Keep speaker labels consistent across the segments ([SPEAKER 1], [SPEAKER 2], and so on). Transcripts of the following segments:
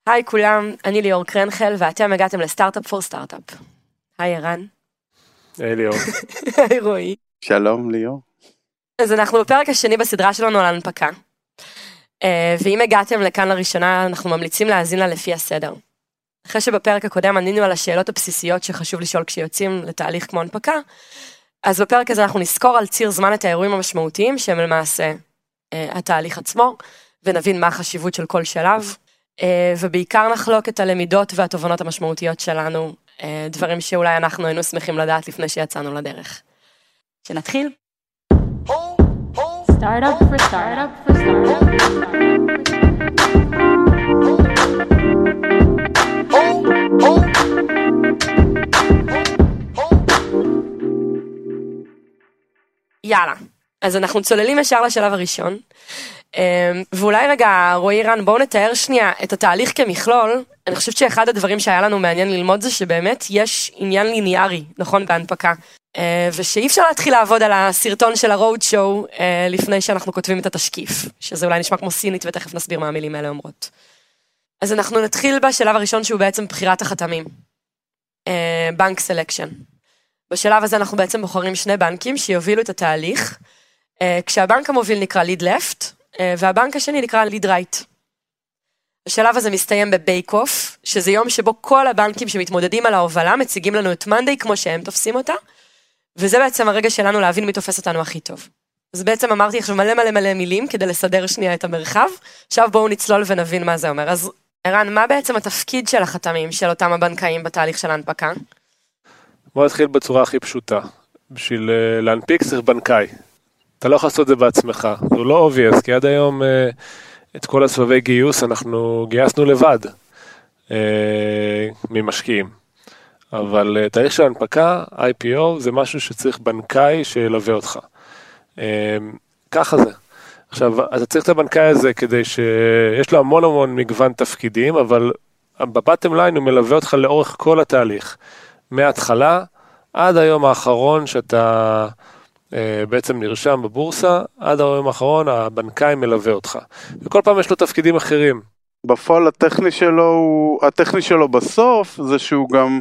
[SPEAKER 1] היי כולם, אני ליאור קרנחל, ואתם הגעתם לסטארט-אפ פור סטארט-אפ. היי ערן.
[SPEAKER 2] היי ליאור.
[SPEAKER 1] היי רועי.
[SPEAKER 3] שלום ליאור.
[SPEAKER 1] אז אנחנו בפרק השני בסדרה שלנו על הנפקה. ואם הגעתם לכאן לראשונה, אנחנו ממליצים להאזין לה לפי הסדר. אחרי שבפרק הקודם ענינו על השאלות הבסיסיות שחשוב לשאול כשיוצאים לתהליך כמו הנפקה, אז בפרק הזה אנחנו נזכור על ציר זמן את האירועים המשמעותיים, שהם למעשה התהליך עצמו, ונבין מה החשיבות של כל שלב, ובעיקר נחלוק את הלמידות והתובנות המשמעותיות שלנו, דברים שאולי אנחנו היינו שמחים לדעת לפני שיצאנו לדרך. שנתחיל?
[SPEAKER 4] Startup for startup for startup.
[SPEAKER 1] יאללה, אז אנחנו צוללים ישר לשלב הראשון, ואולי רגע, רועי רן, בואו נתאר שנייה את התהליך כמכלול. אני חושבת שאחד הדברים שהיה לנו מעניין ללמוד זה שבאמת יש עניין ליניארי, נכון, בהנפקה, ושאי אפשר להתחיל לעבוד על הסרטון של הרוד שואו לפני שאנחנו כותבים את התשקיף, שזה אולי נשמע כמו סינית ותכף נסביר מה המילים האלה אומרות. אז אנחנו נתחיל בשלב הראשון שהוא בעצם בחירת החתמים, בנק סלקשן. בשלב הזה אנחנו בעצם בוחרים שני בנקים שיובילו את התהליך, כשהבנק המוביל נקרא lead left, והבנק השני נקרא lead right. השלב הזה מסתיים בבייק אוף, שזה יום שבו כל הבנקים שמתמודדים על ההובלה מציגים לנו את מנדי כמו שהם תופסים אותה, וזה בעצם הרגע שלנו להבין מי תופס אותנו הכי טוב. אז בעצם אמרתי עכשיו מלא מילים כדי לסדר שנייה את המרחב, עכשיו בואו נצלול ונבין מה זה אומר. אז ערן, מה בעצם התפקיד של החתמים, של אותם הבנקאים בתהליך של ההנפקה?
[SPEAKER 2] בוא נתחיל בצורה הכי פשוטה. בשביל להנפיק צריך בנקאי. אתה לא יכול לעשות את זה בעצמך. זה לא obvious, כי עד היום את כל הסבבי גיוס אנחנו גייסנו לבד ממשקיעים. אבל תהליך של ההנפקה, IPO, זה משהו שצריך בנקאי שילווה אותך. ככה זה. עכשיו, אתה צריך את הבנקאי הזה כדי שיש לו המון מגוון תפקידים, אבל בבטם ליין הוא מלווה אותך לאורך כל התהליך. מההתחלה עד היום האחרון שאתה בעצם נרשם בבורסה, עד היום האחרון הבנקאי מלווה אותך. וכל פעם יש לו תפקידים אחרים.
[SPEAKER 3] בפועל הטכני שלו בסוף זה שהוא גם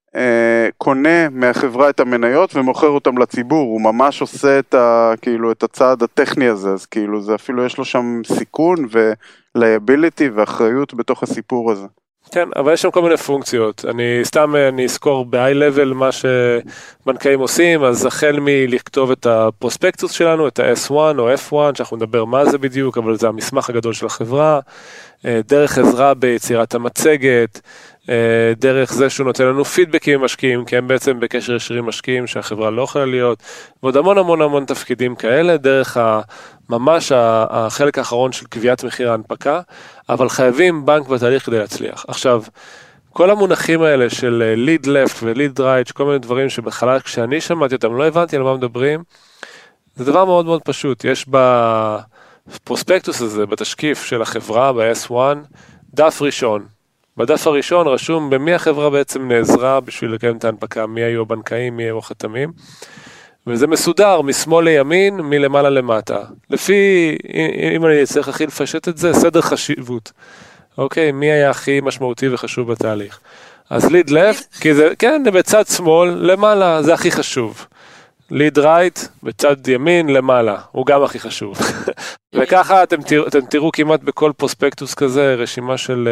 [SPEAKER 3] קונה מהחברה את המניות ומוכר אותם לציבור. הוא ממש עושה את הצעד הטכני הזה, אז כאילו זה אפילו יש לו שם סיכון ולייביליטי ואחריות בתוך הסיפור הזה.
[SPEAKER 2] כן, אבל יש שם כל מיני פונקציות. אני אזכור ב-high level מה שבנקאים עושים, אז החל מלכתוב את הפרוספקטוס שלנו, את ה-S1 או F1, שאנחנו נדבר מה זה בדיוק, אבל זה המסמך הגדול של החברה, דרך עזרה ביצירת המצגת, דרך זה שהוא נותן לנו פידבקים משקיעים, כי הם בעצם בקשר ישיר עם משקיעים שהחברה לא יכולה להיות, ועוד המון תפקידים כאלה, דרך ממש החלק האחרון של קביעת מחיר ההנפקה, אבל חייבים בנק בתהליך כדי להצליח. עכשיו, כל המונחים האלה של lead left ו-lead right, כל מיני דברים שבחלל כשאני שמעתי אותם, לא הבנתי על מה מדברים, זה דבר מאוד פשוט. יש בפרוספקטוס הזה, בתשקיף של החברה, ב-S1, דף ראשון. בדף הראשון רשום במי החברה בעצם נעזרה בשביל לקיים את ההנפקה, מי היו הבנקאים, מי היו החתמים, וזה מסודר משמאל לימין, מלמעלה למטה. לפי, אם אני צריך הכי לפשט את זה, סדר חשיבות. אוקיי, מי היה הכי משמעותי וחשוב בתהליך. אז lead left, כי זה, כן, בצד שמאל, למעלה, זה הכי חשוב. lead right, בצד ימין, למעלה, הוא גם הכי חשוב. וככה אתם תראו כמעט בכל פרוספקטוס כזה, רשימה של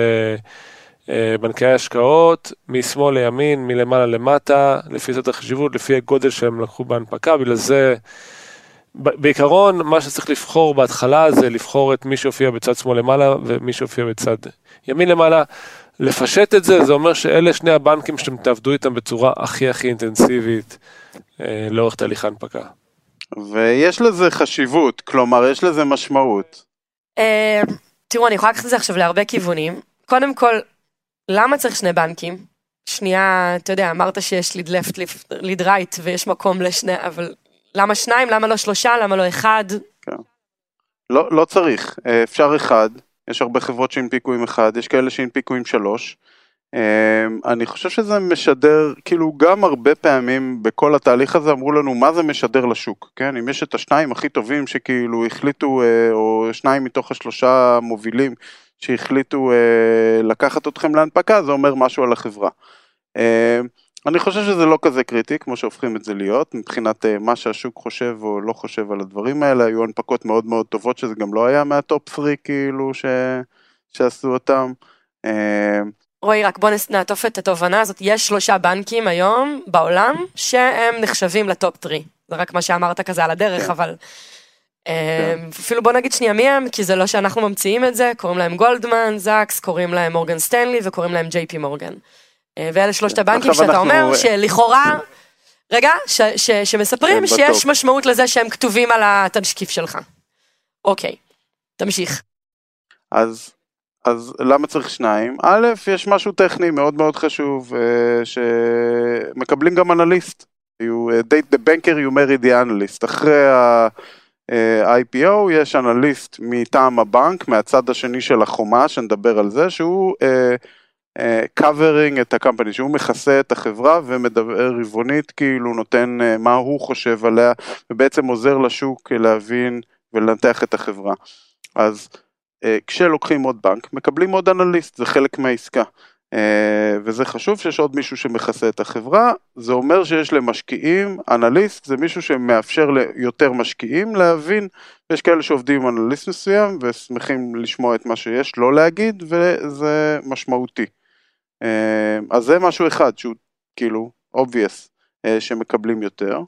[SPEAKER 2] בנקי השקעות, משמאל לימין, מלמעלה למטה, לפי סדר חשיבות, לפי הגודל שהם לקחו בהנפקה, בגלל זה, בעיקרון, מה שצריך לבחור בהתחלה, זה לבחור את מי שהופיע בצד שמאל למעלה, ומי שהופיע בצד ימין למעלה, לפשט את זה, זה אומר שאלה שני הבנקים שאתם תעבדו איתם בצורה הכי אינטנסיבית, לאורך תהליך ההנפקה.
[SPEAKER 3] ויש לזה חשיבות, כלומר, יש לזה משמעות.
[SPEAKER 1] תראו, אני יכולה לקחת את זה עכשיו להרבה כיוונים. קודם כל, למה צריך שני בנקים? שנייה, אתה יודע, אמרת שיש lead left, lead right, ויש מקום לשני, אבל למה שניים? למה לא שלושה? למה לא אחד?
[SPEAKER 3] כן. לא צריך, אפשר אחד, יש הרבה חברות שהנפיקו עם אחד, יש כאלה שהנפיקו עם 3, אני חושב שזה משדר, כאילו גם הרבה פעמים בכל התהליך הזה אמרו לנו מה זה משדר לשוק, כן? אם יש את השניים הכי טובים שכאילו החליטו, או שניים מתוך השלושה מובילים שהחליטו לקחת אתכם להנפקה, זה אומר משהו על החברה. אני חושב שזה לא כזה קריטי, כמו שהופכים את זה להיות, מבחינת מה שהשוק חושב או לא חושב על הדברים האלה, היו הנפקות מאוד מאוד טובות, שזה גם לא היה מהטופ 3 כאילו שעשו אותם.
[SPEAKER 1] רועי, רק בוא נעטוף את התובנה הזאת, יש 3 בנקים היום בעולם שהם נחשבים לטופ 3, זה רק מה שאמרת כזה על הדרך, אבל אפילו בוא נגיד שנייה מי הם, כי זה לא שאנחנו ממציאים את זה, קוראים להם גולדמן, זאקס, קוראים להם מורגן סטנלי וקוראים להם ג'יי פי מורגן. ואלה 3 הבנקים שאתה אומר שלכאורה, רגע, שמספרים שיש משמעות לזה שהם כתובים על התשקיף שלך. אוקיי, תמשיך.
[SPEAKER 3] אז למה צריך 2? א', יש משהו טכני מאוד מאוד חשוב, שמקבלים גם אנליסט. Date the banker, you marry the analyst. אחרי ה-IPO יש אנליסט מטעם הבנק, מהצד השני של החומה, שנדבר על זה, שהוא covering את הקמפני, שהוא מכסה את החברה ומדבר רבעונית, כאילו נותן מה הוא חושב עליה, ובעצם עוזר לשוק להבין ולנתח את החברה. אז כשלוקחים עוד בנק, מקבלים עוד אנליסט, זה חלק מהעסקה, וזה חשוב שיש עוד מישהו שמכסה את החברה, זה אומר שיש למשקיעים, אנליסט זה מישהו שמאפשר ליותר משקיעים להבין, ויש כאלה שעובדים עם אנליסט מסוים, ושמחים לשמוע את מה שיש, לא להגיד, וזה משמעותי. אז זה משהו אחד, שהוא כאילו obvious, שמקבלים יותר,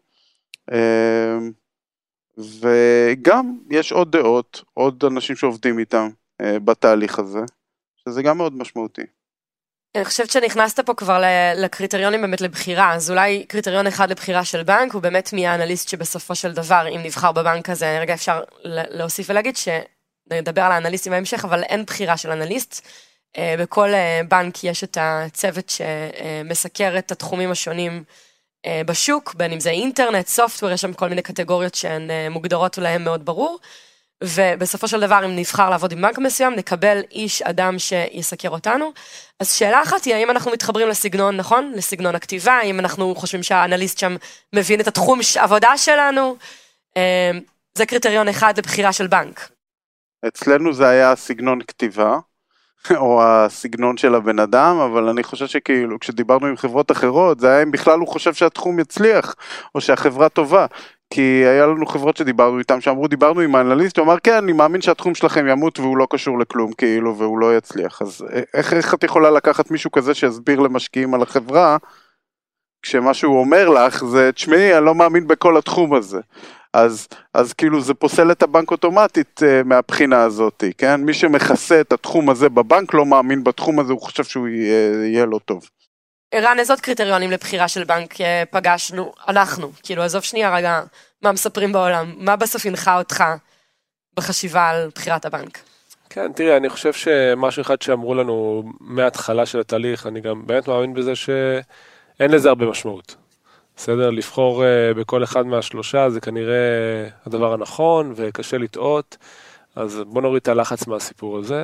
[SPEAKER 3] וגם יש עוד דעות, עוד אנשים שעובדים איתם בתהליך הזה, שזה גם מאוד משמעותי.
[SPEAKER 1] אני חושבת שנכנסת פה כבר לקריטריונים באמת לבחירה, אז אולי קריטריון אחד לבחירה של בנק, הוא באמת מי האנליסט שבסופו של דבר, אם נבחר בבנק הזה, רגע אפשר להוסיף ולהגיד שנדבר על האנליסטים בהמשך, אבל אין בחירה של אנליסט, בכל בנק יש את הצוות שמסקר את התחומים השונים בשוק, בין אם זה אינטרנט, סופטוור, יש שם כל מיני קטגוריות שהן מוגדרות להם מאוד ברור, ובסופו של דבר אם נבחר לעבוד עם בנק מסוים, נקבל איש אדם שיסקר אותנו. אז שאלה אחת היא, האם אנחנו מתחברים לסגנון, נכון? לסגנון הכתיבה, האם אנחנו חושבים שהאנליסט שם מבין את התחום עבודה שלנו, זה קריטריון אחד לבחירה של בנק.
[SPEAKER 3] אצלנו זה היה סגנון כתיבה, או הסגנון של הבן אדם, אבל אני חושב שכאילו, כשדיברנו עם חברות אחרות, זה היה אם בכלל הוא חושב שהתחום יצליח, או שהחברה טובה, כי היה לנו חברות שדיברנו איתם, שאמרו, דיברנו עם האנליסט, הוא אמר, כן, אני מאמין שהתחום שלכם ימות, והוא לא קשור לכלום, כאילו, והוא לא יצליח. אז איך את יכולה לקחת מישהו כזה, שיסביר למשקיעים על החברה, כשמה שהוא אומר לך, זה, תשמעי, אני לא מאמין בכל התחום הזה. אז כאילו זה פוסל את הבנק אוטומטית מהבחינה הזאת, כן? מי שמכסה את התחום הזה בבנק לא מאמין בתחום הזה, הוא חושב שהוא יהיה לא טוב.
[SPEAKER 1] ערן, איזה עוד קריטריונים לבחירה של בנק פגשנו? אנחנו, כאילו, עזוב שנייה רגע, מה מספרים בעולם? מה בסוף ינחה אותך בחשיבה על בחירת הבנק?
[SPEAKER 2] כן, תראי, אני חושב שמשהו אחד שאמרו לנו מההתחלה של התהליך, אני גם באמת מאמין בזה שאין לזה הרבה משמעות. בסדר, לבחור בכל אחד מהשלושה, זה כנראה הדבר הנכון, וקשה לטעות, אז בוא נוריד את הלחץ מהסיפור הזה.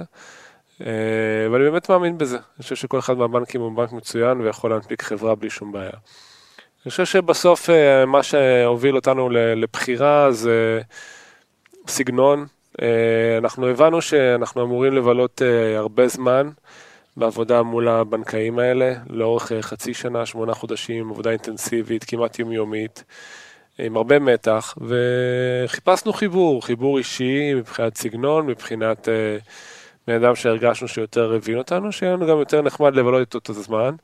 [SPEAKER 2] ואני באמת מאמין בזה. אני חושב שכל אחד מהבנקים הוא בנק מצוין, ויכול להנפיק חברה בלי שום בעיה. אני חושב שבסוף מה שהוביל אותנו לבחירה, זה סגנון. אנחנו הבנו שאנחנו אמורים לבלות הרבה זמן, בעבודה מול הבנקאים האלה, לאורך חצי שנה, 8 חודשים, עבודה אינטנסיבית, כמעט יומיומית, עם הרבה מתח, וחיפשנו חיבור אישי, מבחינת סגנון, מבחינת בן אדם שהרגשנו שיותר הבין אותנו, שיהיה לנו גם יותר נחמד לבלות איתו את הזמן,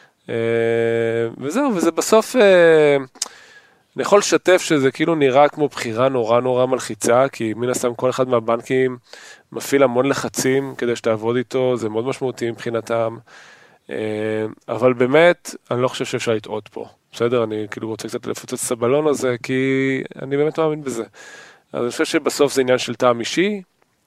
[SPEAKER 2] וזהו, וזה בסוף, אני יכול לשתף שזה כאילו נראה כמו בחירה נורא מלחיצה, כי מן הסתם כל אחד מהבנקים מפעיל המון לחצים כדי שתעבוד איתו, זה מאוד משמעותי מבחינתם, אבל באמת אני לא חושב שאפשר לטעות פה, בסדר? אני כאילו רוצה קצת לפוצץ את הבלון הזה, כי אני באמת מאמין בזה. אז אני חושב שבסוף זה עניין של טעם אישי,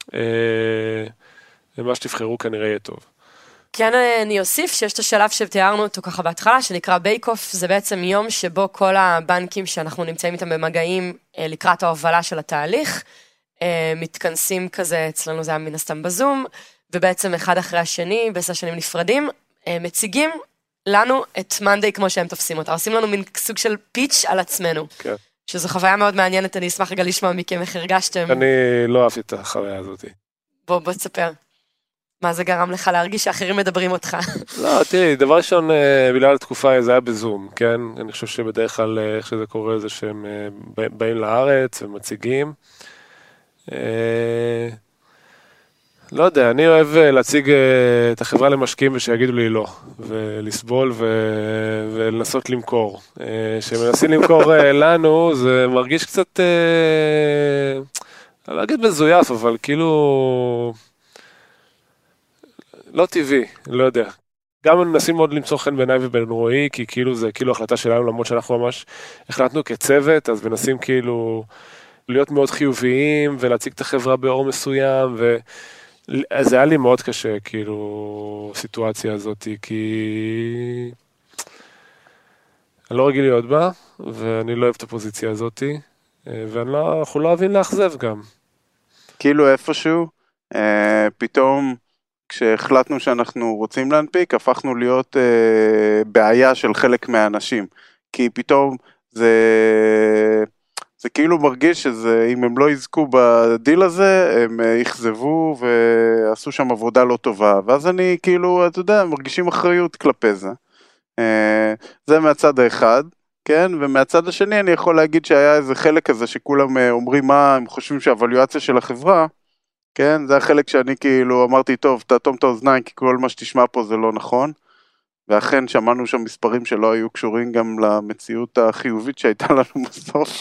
[SPEAKER 2] ומה שתבחרו כנראה יהיה טוב.
[SPEAKER 1] כן, אני אוסיף שיש את השלב שתיארנו אותו ככה בהתחלה, שנקרא בייק-אוף, זה בעצם יום שבו כל הבנקים שאנחנו נמצאים איתם במגעים לקראת ההובלה של התהליך, מתכנסים כזה, אצלנו זה היה מן הסתם בזום, ובעצם אחד אחרי השני, בסשנים נפרדים, מציגים לנו את מנדי כמו שהם תופסים אותה, עושים לנו מין סוג של פיץ' על עצמנו,
[SPEAKER 2] כן.
[SPEAKER 1] שזו חוויה מאוד מעניינת, אני אשמח רגע לשמוע מכם איך הרגשתם.
[SPEAKER 2] אני לא אהבתי את החוויה הזאת.
[SPEAKER 1] בוא תספר. מה זה גרם לך להרגיש שאחרים מדברים אותך?
[SPEAKER 2] לא, תראי, דבר ראשון, בגלל התקופה זה היה בזום, כן? אני חושב שבדרך כלל איך שזה קורה זה שהם באים לארץ ומציגים. לא יודע, אני אוהב להציג את החברה למשקיעים ושיגידו לי לא, ולסבול ולנסות למכור. כשמנסים למכור לנו, זה מרגיש קצת, אני לא אגיד מזויף, אבל כאילו לא טבעי, לא יודע. גם מנסים מאוד למצוא חן בעיניי ובין רועי, כי כאילו זה כאילו החלטה שלנו, למרות שאנחנו ממש החלטנו כצוות, אז מנסים כאילו להיות מאוד חיוביים ולהציג את החברה באור מסוים, אז זה היה לי מאוד קשה, כאילו, סיטואציה הזאת, כי אני לא רגיל להיות בה, ואני לא אוהב את הפוזיציה הזאת, ואנחנו לא אוהבים לאכזב גם.
[SPEAKER 3] כאילו איפשהו, פתאום כשהחלטנו שאנחנו רוצים להנפיק, הפכנו להיות בעיה של חלק מהאנשים, כי פתאום זה כאילו מרגיש שאם הם לא יזכו בדיל הזה, הם יחזבו ועשו שם עבודה לא טובה, ואז אני כאילו, אתה יודע, מרגישים אחריות כלפי זה. זה מהצד האחד, כן? ומהצד השני אני יכול להגיד שהיה איזה חלק כזה שכולם אומרים מה הם חושבים שהאבלואציה של החברה, כן? זה החלק שאני כאילו אמרתי, טוב, תאטום את האוזניים, כי כל מה שתשמע פה זה לא נכון. ואכן שמענו שם מספרים שלא היו קשורים גם למציאות החיובית שהייתה לנו בסוף,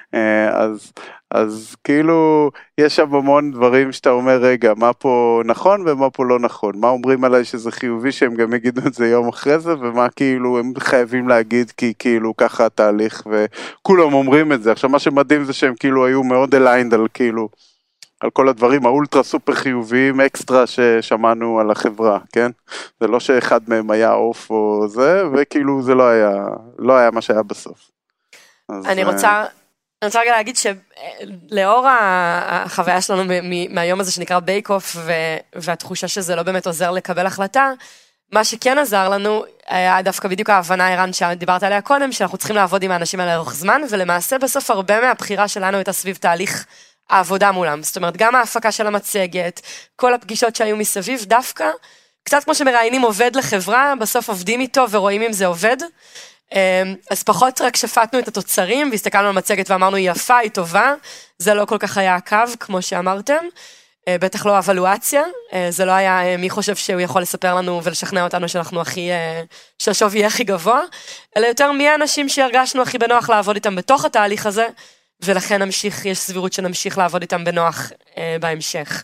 [SPEAKER 3] אז כאילו יש שם המון דברים שאתה אומר רגע, מה פה נכון ומה פה לא נכון, מה אומרים עליי שזה חיובי שהם גם יגידו את זה יום אחרי זה, ומה כאילו הם חייבים להגיד כי כאילו ככה התהליך, וכולם אומרים את זה. עכשיו מה שמדהים זה שהם כאילו היו מאוד אליינד על כאילו, על כל הדברים האולטרה סופר חיוביים אקסטרה ששמענו על החברה, כן? זה לא שאחד מהם היה אוף או זה, וכאילו זה לא היה מה שהיה בסוף.
[SPEAKER 1] אני רוצה רגע להגיד שלאור החוויה שלנו מהיום הזה שנקרא בייק אוף, והתחושה שזה לא באמת עוזר לקבל החלטה, מה שכן עזר לנו היה דווקא בדיוק ההבנה, ערן, שדיברת עליה קודם, שאנחנו צריכים לעבוד עם האנשים האלה לאורך זמן, ולמעשה בסוף הרבה מהבחירה שלנו הייתה סביב תהליך העבודה מולם. זאת אומרת, גם ההפקה של המצגת, כל הפגישות שהיו מסביב, דווקא, קצת כמו שמראיינים עובד לחברה, בסוף עובדים איתו ורואים אם זה עובד. אז פחות רק שפטנו את התוצרים, והסתכלנו על מצגת ואמרנו, היא יפה, היא טובה. זה לא כל כך היה הקו, כמו שאמרתם. בטח לא אבלואציה. זה לא היה מי חושב שהוא יכול לספר לנו ולשכנע אותנו שאנחנו שהשוב יהיה הכי גבוה, אלא יותר מי האנשים שהרגשנו הכי בנוח לעבוד איתם בתוך התהליך הזה, ולכן יש סבירות שנמשיך לעבוד איתם בנוח בהמשך.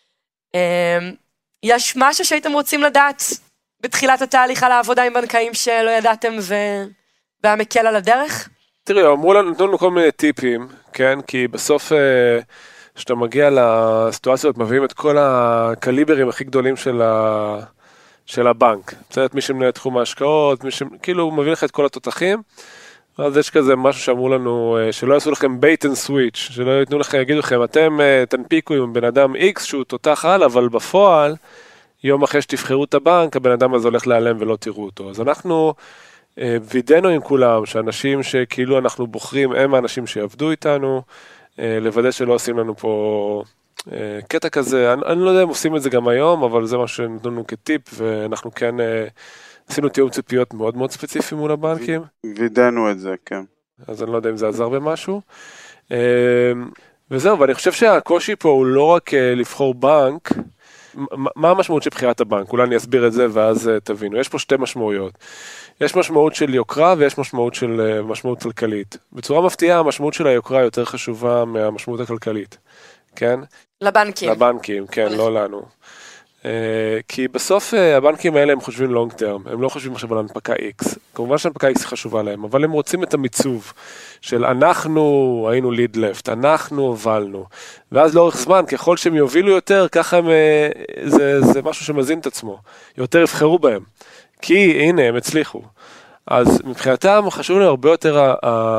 [SPEAKER 1] יש משהו שהייתם רוצים לדעת בתחילת התהליך על העבודה עם בנקאים שלא ידעתם והיה מקל על הדרך?
[SPEAKER 2] תראי, נתנו לנו כל מיני טיפים, כן? כי בסוף כשאתה מגיע לסיטואציות, מביאים את כל הקליברים הכי גדולים של הבנק. בסדר, מי שמנהל תחום ההשקעות, כאילו מביא לך את כל התותחים, אז יש כזה משהו שאמרו לנו, שלא יעשו לכם bait and switch, שלא יתנו לכם, יגידו לכם, אתם תנפיקו עם בן אדם X שהוא תותח על, אבל בפועל, יום אחרי שתבחרו את הבנק, הבן אדם הזה הולך להיעלם ולא תראו אותו. אז אנחנו וידאנו עם כולם, שאנשים שכאילו אנחנו בוחרים, הם האנשים שיעבדו איתנו, לוודא שלא עושים לנו פה קטע כזה. אני לא יודע אם עושים את זה גם היום, אבל זה מה שנתנו לנו כטיפ, ואנחנו כן עשינו תיאום ציפיות מאוד מאוד ספציפי מול הבנקים. וידאנו
[SPEAKER 3] את זה, כן.
[SPEAKER 2] אז אני לא יודע אם זה עזר במשהו. וזהו, ואני חושב שהקושי פה הוא לא רק לבחור בנק, מה המשמעות של בחירת הבנק? אולי אני אסביר את זה ואז תבינו. יש פה שתי משמעויות. יש משמעות של יוקרה ויש משמעות כלכלית. בצורה מפתיעה, המשמעות של היוקרה יותר חשובה מהמשמעות הכלכלית. כן?
[SPEAKER 1] לבנקים.
[SPEAKER 2] לבנקים, כן, לא לנו. כי בסוף הבנקים האלה הם חושבים long term, הם לא חושבים עכשיו על הנפקה X. כמובן שהנפקה X חשובה להם, אבל הם רוצים את המיצוב של אנחנו היינו lead left, אנחנו הובלנו. ואז לאורך זמן, ככל שהם יובילו יותר, ככה זה משהו שמזין את עצמו. יותר יבחרו בהם. כי הנה, הם הצליחו. אז מבחינתם חשוב להם הרבה יותר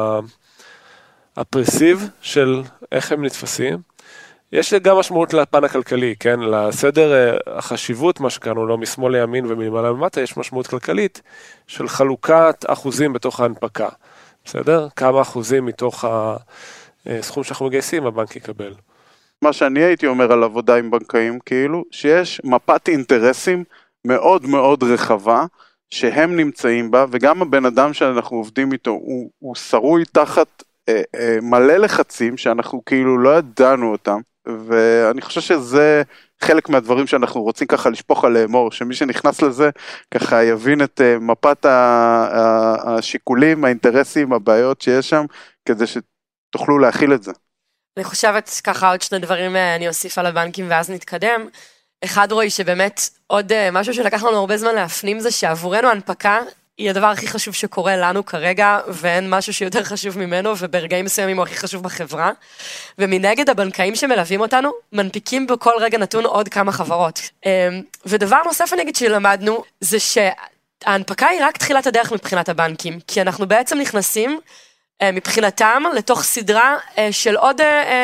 [SPEAKER 2] הפרסיב של איך הם נתפסים. יש גם משמעות לפן הכלכלי, כן? לסדר החשיבות, מה שקראנו לו משמאל לימין ומלמעלה למטה, יש משמעות כלכלית של חלוקת אחוזים בתוך ההנפקה. בסדר? כמה אחוזים מתוך הסכום שאנחנו מגייסים הבנק יקבל.
[SPEAKER 3] מה שאני הייתי אומר על עבודה עם בנקאים, כאילו, שיש מפת אינטרסים מאוד מאוד רחבה, שהם נמצאים בה, וגם הבן אדם שאנחנו עובדים איתו, הוא שרוי תחת מלא לחצים, שאנחנו כאילו לא ידענו אותם, ואני חושב שזה חלק מהדברים שאנחנו רוצים ככה לשפוך עליהם אור, שמי שנכנס לזה ככה יבין את מפת השיקולים, האינטרסים, הבעיות שיש שם, כדי שתוכלו להכיל את זה.
[SPEAKER 1] אני חושבת ככה עוד שני דברים אני אוסיף על הבנקים ואז נתקדם. אחד רואי שבאמת עוד משהו שלקח לנו הרבה זמן להפנים זה שעבורנו ההנפקה היא הדבר הכי חשוב שקורה לנו כרגע, ואין משהו שיותר חשוב ממנו, וברגעים מסוימים הוא הכי חשוב בחברה. ומנגד הבנקאים שמלווים אותנו, מנפיקים בכל רגע נתון עוד כמה חברות. ודבר נוסף אני אגיד שלמדנו, זה שההנפקה היא רק תחילת הדרך מבחינת הבנקים, כי אנחנו בעצם נכנסים מבחינתם לתוך סדרה של עוד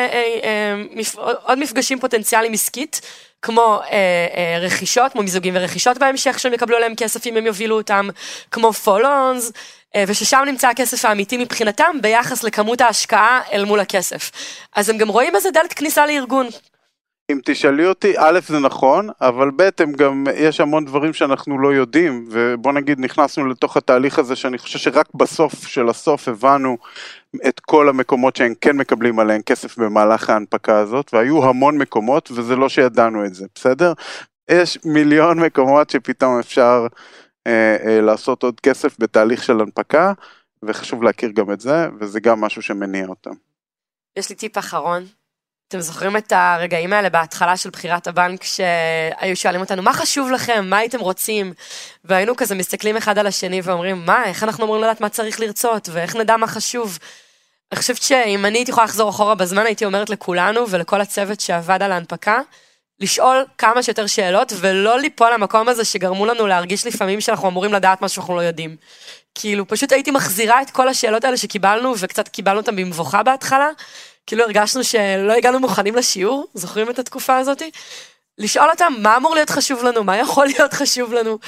[SPEAKER 1] מפגשים פוטנציאליים עסקית, כמו רכישות, כמו מיזוגים ורכישות בהמשך שהם יקבלו עליהם כסף אם הם יובילו אותם, כמו פולונס, וששם נמצא הכסף האמיתי מבחינתם ביחס לכמות ההשקעה אל מול הכסף. אז הם גם רואים איזה דלת כניסה לארגון.
[SPEAKER 3] אם תשאלי אותי, א' זה נכון, אבל ב' הם גם, יש המון דברים שאנחנו לא יודעים, ובוא נגיד נכנסנו לתוך התהליך הזה, שאני חושב שרק בסוף של הסוף הבנו את כל המקומות שהם כן מקבלים עליהם כסף במהלך ההנפקה הזאת, והיו המון מקומות, וזה לא שידענו את זה, בסדר? יש מיליון מקומות שפתאום אפשר לעשות עוד כסף בתהליך של הנפקה, וחשוב להכיר גם את זה, וזה גם משהו שמניע אותם.
[SPEAKER 1] יש לי טיפ אחרון. אתם זוכרים את הרגעים האלה בהתחלה של בחירת הבנק שהיו שואלים אותנו, מה חשוב לכם? מה הייתם רוצים? והיינו כזה מסתכלים אחד על השני ואומרים, מה? איך אנחנו אמורים לדעת מה צריך לרצות? ואיך נדע מה חשוב? אני חושבת שאם אני הייתי יכולה לחזור אחורה בזמן, הייתי אומרת לכולנו ולכל הצוות שעבד על ההנפקה, לשאול כמה שיותר שאלות ולא ליפול למקום הזה שגרמו לנו להרגיש לפעמים שאנחנו אמורים לדעת מה שאנחנו לא יודעים. כאילו פשוט הייתי מחזירה את כל השאלות האלה שקיבלנו וקצת קיבלנו אותם במבוכה בהתחלה, כאילו הרגשנו שלא הגענו מוכנים לשיעור, זוכרים את התקופה הזאת? לשאול אותם מה אמור להיות חשוב לנו, מה יכול להיות חשוב לנו.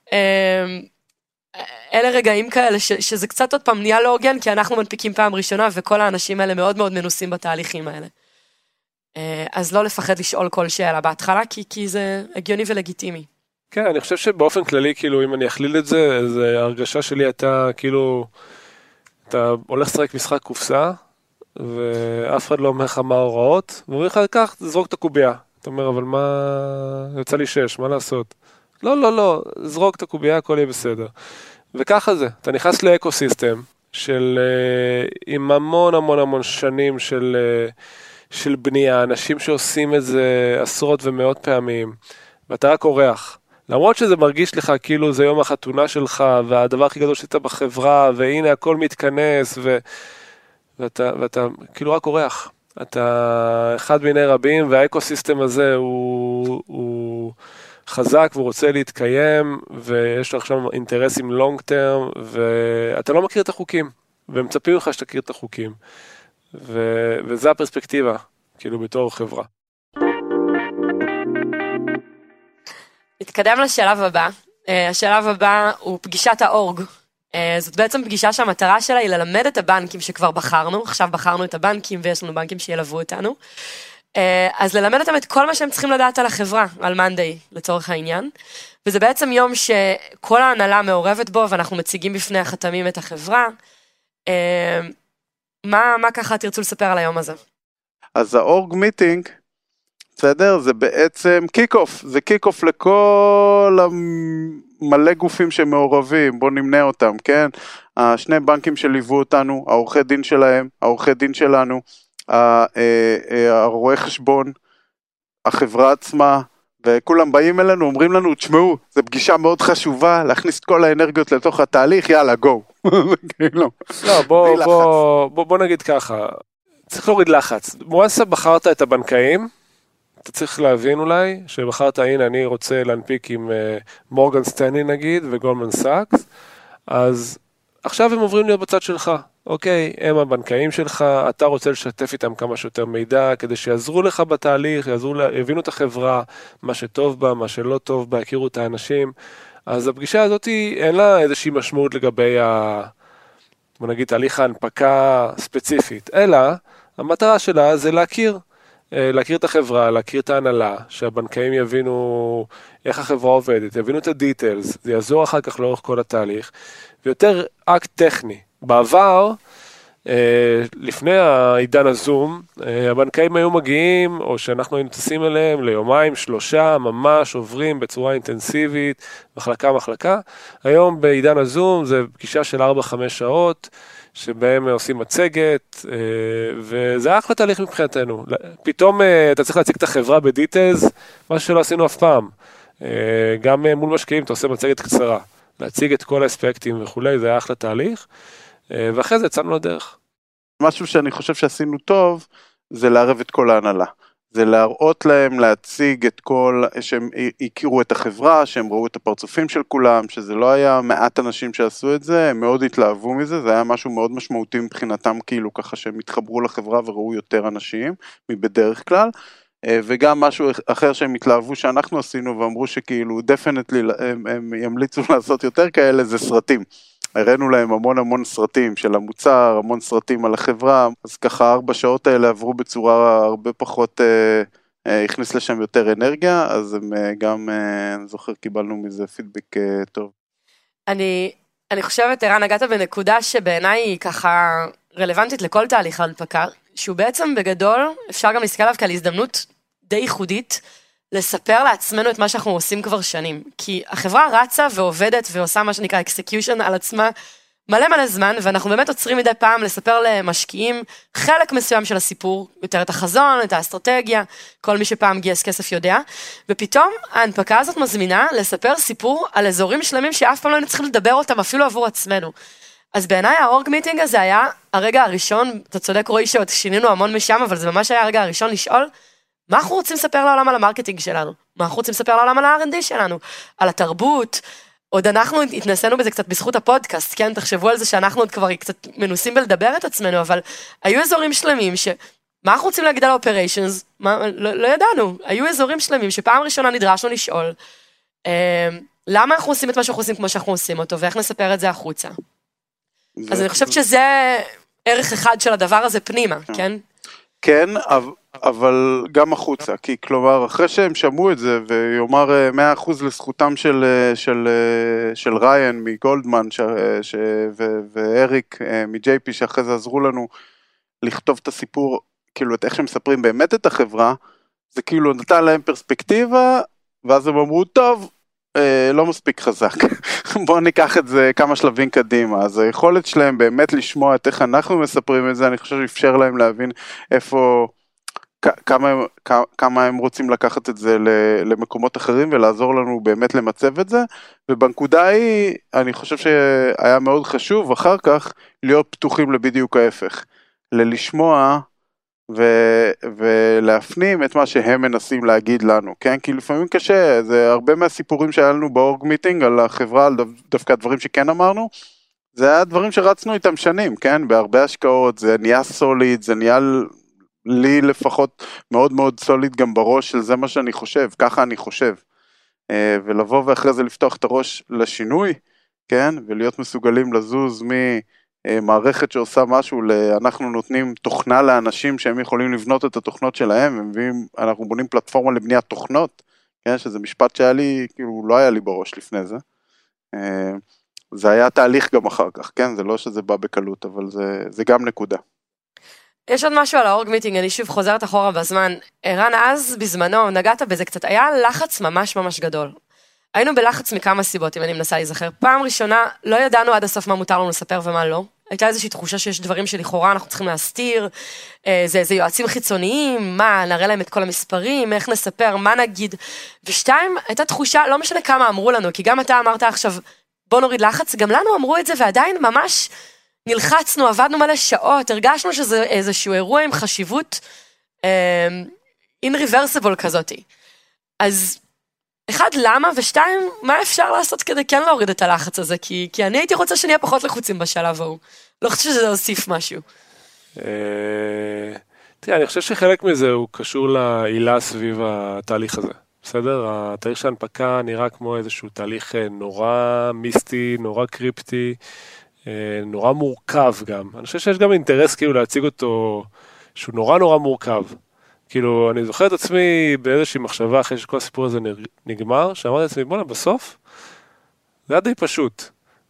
[SPEAKER 1] אלה רגעים כאלה שזה קצת עוד פעם נהיה לא הוגן, כי אנחנו מנפיקים פעם ראשונה, וכל האנשים האלה מאוד מאוד מנוסים בתהליכים האלה. אז לא לפחד לשאול כל שאלה בהתחלה, כי זה הגיוני ולגיטימי.
[SPEAKER 2] כן, אני חושב שבאופן כללי, כאילו, אם אני אכליל את זה, אז ההרגשה שלי הייתה, כאילו, אתה הולך לשחק משחק קופסה, ואף אחד לא אומר לך מה ההוראות, ואומרים לך, כך, זרוק את הקובייה. אתה אומר, אבל מה, יוצא לי 6, מה לעשות? לא, זרוק את הקובייה, הכל יהיה בסדר. וככה זה, אתה נכנס לאקוסיסטם, עם המון שנים של בנייה, אנשים שעושים את זה עשרות ומאות פעמים, ואתה רק אורח. למרות שזה מרגיש לך כאילו זה יום החתונה שלך, והדבר הכי גדול שאתה בחברה, והנה הכל מתכנס, ואתה כאילו רק אורח. אתה אחד מיני רבים, והאקוסיסטם הזה הוא חזק, והוא רוצה להתקיים, ויש לו עכשיו אינטרסים לונג טרם, ואתה לא מכיר את החוקים, ומצפים לך שתכיר את החוקים. וזה הפרספקטיבה, כאילו בתור חברה.
[SPEAKER 1] נתקדם לשלב הבא. השלב הבא הוא פגישת האורג. זאת בעצם פגישה שהמטרה שלה היא ללמד את הבנקים שכבר בחרנו, עכשיו בחרנו את הבנקים ויש לנו בנקים שילוו אותנו, אז ללמד אותם את כל מה שהם צריכים לדעת על החברה, על מנדי לצורך העניין, וזה בעצם יום שכל ההנהלה מעורבת בו ואנחנו מציגים בפני החתמים את החברה. מה ככה תרצו לספר על היום הזה?
[SPEAKER 3] אז האורג מיטינג, בסדר? זה בעצם קיק-אוף, זה קיק-אוף לכל המלא גופים שמעורבים, בואו נמנה אותם, כן? השני בנקים שליוו אותנו, העורכי דין שלהם, העורכי דין שלנו, הרואי חשבון, החברה עצמה, וכולם באים אלינו, אומרים לנו, תשמעו, זו פגישה מאוד חשובה, להכניס את כל האנרגיות לתוך התהליך, יאללה, גו.
[SPEAKER 2] לא, בוא נגיד ככה, צריך להוריד לחץ. מואסה בחרת את הבנקאים, אתה צריך להבין אולי, שבחרת, הנה, אני רוצה להנפיק עם מורגן סטנלי נגיד, וגולדמן סאקס, אז עכשיו הם עוברים להיות בצד שלך. אוקיי, הם הבנקאים שלך, אתה רוצה לשתף איתם כמה שיותר מידע, כדי שיעזרו לך בתהליך, יבינו את החברה, מה שטוב בה, מה שלא טוב בה, יכירו את האנשים. אז הפגישה הזאת אין לה איזושהי משמעות לגבי בוא נגיד, תהליך ההנפקה ספציפית, אלא המטרה שלה זה להכיר להכיר את החברה, להכיר את ההנהלה, שהבנקאים יבינו איך החברה עובדת, יבינו את הדיטלס, זה יעזור אחר כך לאורך כל התהליך, ויותר אקט טכני. בעבר, לפני העידן הזום, הבנקאים היו מגיעים, או שאנחנו היינו טסים אליהם ליומיים, 3, ממש עוברים בצורה אינטנסיבית, מחלקה. היום בעידן הזום זה פגישה של 4-5 שעות, שבהם עושים מצגת, וזה אחלה תהליך מבחינתנו. פתאום אתה צריך להציג את החברה בדיטלס, מה שלא עשינו אף פעם. גם מול משקיעים אתה עושה מצגת קצרה, להציג את כל האספקטים וכולי, זה היה אחלה תהליך, ואחרי זה יצאנו לדרך.
[SPEAKER 3] משהו שאני חושב שעשינו טוב, זה לערב את כל ההנהלה. זה להראות להם, להציג את כל, שהם הכירו את החברה, שהם ראו את הפרצופים של כולם, שזה לא היה מעט אנשים שעשו את זה, הם מאוד התלהבו מזה, זה היה משהו מאוד משמעותי מבחינתם, כאילו ככה שהם התחברו לחברה וראו יותר אנשים, מבדרך כלל, וגם משהו אחר שהם התלהבו שאנחנו עשינו, ואמרו שכאילו, דפנטלי, הם ימליצו לעשות יותר כאלה, זה סרטים. הראינו להם המון סרטים של המוצר, המון סרטים על החברה, אז ככה 4 שעות האלה עברו בצורה הרבה פחות, הכניס לשם יותר אנרגיה, אז הם גם, אני זוכר, קיבלנו מזה פידבק טוב.
[SPEAKER 1] אני חושבת, ערן, נגעת בנקודה שבעיניי היא ככה רלוונטית לכל תהליך ההנפקה, שהוא בעצם בגדול, אפשר גם להסתכל עליו כעל הזדמנות די ייחודית, לספר לעצמנו את מה שאנחנו עושים כבר שנים. כי החברה רצה ועובדת ועושה מה שנקרא execution על עצמה מלא זמן, ואנחנו באמת עוצרים מדי פעם לספר למשקיעים חלק מסוים של הסיפור, יותר את החזון, את האסטרטגיה, כל מי שפעם גייס כסף יודע, ופתאום ההנפקה הזאת מזמינה לספר סיפור על אזורים שלמים שאף פעם לא היינו צריכים לדבר אותם אפילו עבור עצמנו. אז בעיניי האורג מיטינג הזה היה הרגע הראשון, אתה צודק רואי שעוד שינינו המון משם, אבל זה ממש היה הרגע הראשון לשאול, מה אנחנו רוצים לספר לעולם על המרקטינג שלנו? מה אנחנו רוצים לספר לעולם על ה-R&D שלנו? על התרבות? עוד אנחנו התנסינו בזה קצת בזכות הפודקאסט, כן? תחשבו על זה שאנחנו עוד כבר קצת מנוסים בלדבר את עצמנו, אבל היו אזורים שלמים מה אנחנו רוצים להגיד על האופריישנס? לא ידענו. היו אזורים שלמים שפעם ראשונה נדרשנו לשאול, למה אנחנו עושים את מה שאנחנו עושים כמו שאנחנו עושים אותו, ואיך נספר את זה החוצה? אז אני חושבת שזה ערך אחד של הדבר הזה פנימה, כן?
[SPEAKER 3] כן, אבל גם החוצה, כי כלומר, אחרי שהם שמעו את זה, ויאמר 100% לזכותם של ריין מגולדמן, ואריק מ-JP, שאחרי זה עזרו לנו לכתוב את הסיפור, כאילו, את איך שהם מספרים באמת את החברה, זה כאילו נתן להם פרספקטיבה, ואז הם אמרו, טוב, לא מספיק חזק, בואו ניקח את זה כמה שלבים קדימה, אז היכולת שלהם באמת לשמוע את איך אנחנו מספרים את זה, אני חושב שאפשר להם להבין איפה, כמה הם רוצים לקחת את זה למקומות אחרים, ולעזור לנו באמת למצב את זה, ובנקודה היא, אני חושב שהיה מאוד חשוב, אחר כך, להיות פתוחים לבדיוק ההפך, ללשמוע, ולהפנים את מה שהם מנסים להגיד לנו, כן? כי לפעמים קשה, זה הרבה מהסיפורים שהיה לנו באורג מיטינג על החברה, על דווקא הדברים שכן אמרנו, זה היה דברים שרצנו איתם שנים, כן? בהרבה השקעות, זה נהיה סוליד, זה נהיה לי לפחות מאוד מאוד סוליד גם בראש של זה מה שאני חושב, ככה אני חושב. ולבוא ואחרי זה לפתוח את הראש לשינוי, כן? ולהיות מסוגלים לזוז מערכת שעושה משהו, אנחנו נותנים תוכנה לאנשים שהם יכולים לבנות את התוכנות שלהם, אנחנו בונים פלטפורמה לבניית תוכנות, כן? שזה משפט שהיה לי, כאילו לא היה לי בראש לפני זה. זה היה תהליך גם אחר כך, כן? זה לא שזה בא בקלות, אבל זה גם נקודה.
[SPEAKER 1] יש עוד משהו על האורג מיטינג, אני שוב חוזרת אחורה בזמן. ערן, אז בזמנו, נגעת בזה קצת, היה לחץ ממש גדול. היינו בלחץ מכמה סיבות, אם אני מנסה להיזכר. פעם ראשונה, לא ידענו עד הסוף מה מותר לנו לספר ומה לא. הייתה איזושהי תחושה שיש דברים שלכאורה אנחנו צריכים להסתיר, זה יועצים חיצוניים, מה, נראה להם את כל המספרים, איך נספר, מה נגיד. ושתיים, הייתה תחושה, לא משנה כמה אמרו לנו, כי גם אתה אמרת עכשיו, בוא נוריד לחץ, גם לנו אמרו את זה, ועדיין ממש נלחצנו, עבדנו מלא שעות, הרגשנו שזה איזשהו אירוע עם חשיבות irreversible כזאת. אז אחד, למה? ושתיים, מה אפשר לעשות כדי כן להוריד את הלחץ הזה? כי אני הייתי רוצה שנהיה פחות לחוצים בשלב ההוא. לא חושב שזה הוסיף משהו.
[SPEAKER 2] תראה, אני חושב שחלק מזה הוא קשור לעילה סביב התהליך הזה. בסדר? התהליך של ההנפקה נראה כמו איזשהו תהליך נורא מיסטי, נורא קריפטי, נורא מורכב גם. אני חושב שיש גם אינטרס כאילו להציג אותו שהוא נורא מורכב. כאילו, אני זוכר את עצמי באיזושהי מחשבה אחרי שכל הסיפור הזה נגמר, שאמרתי לעצמי, בוא'נה, בסוף, זה היה די פשוט.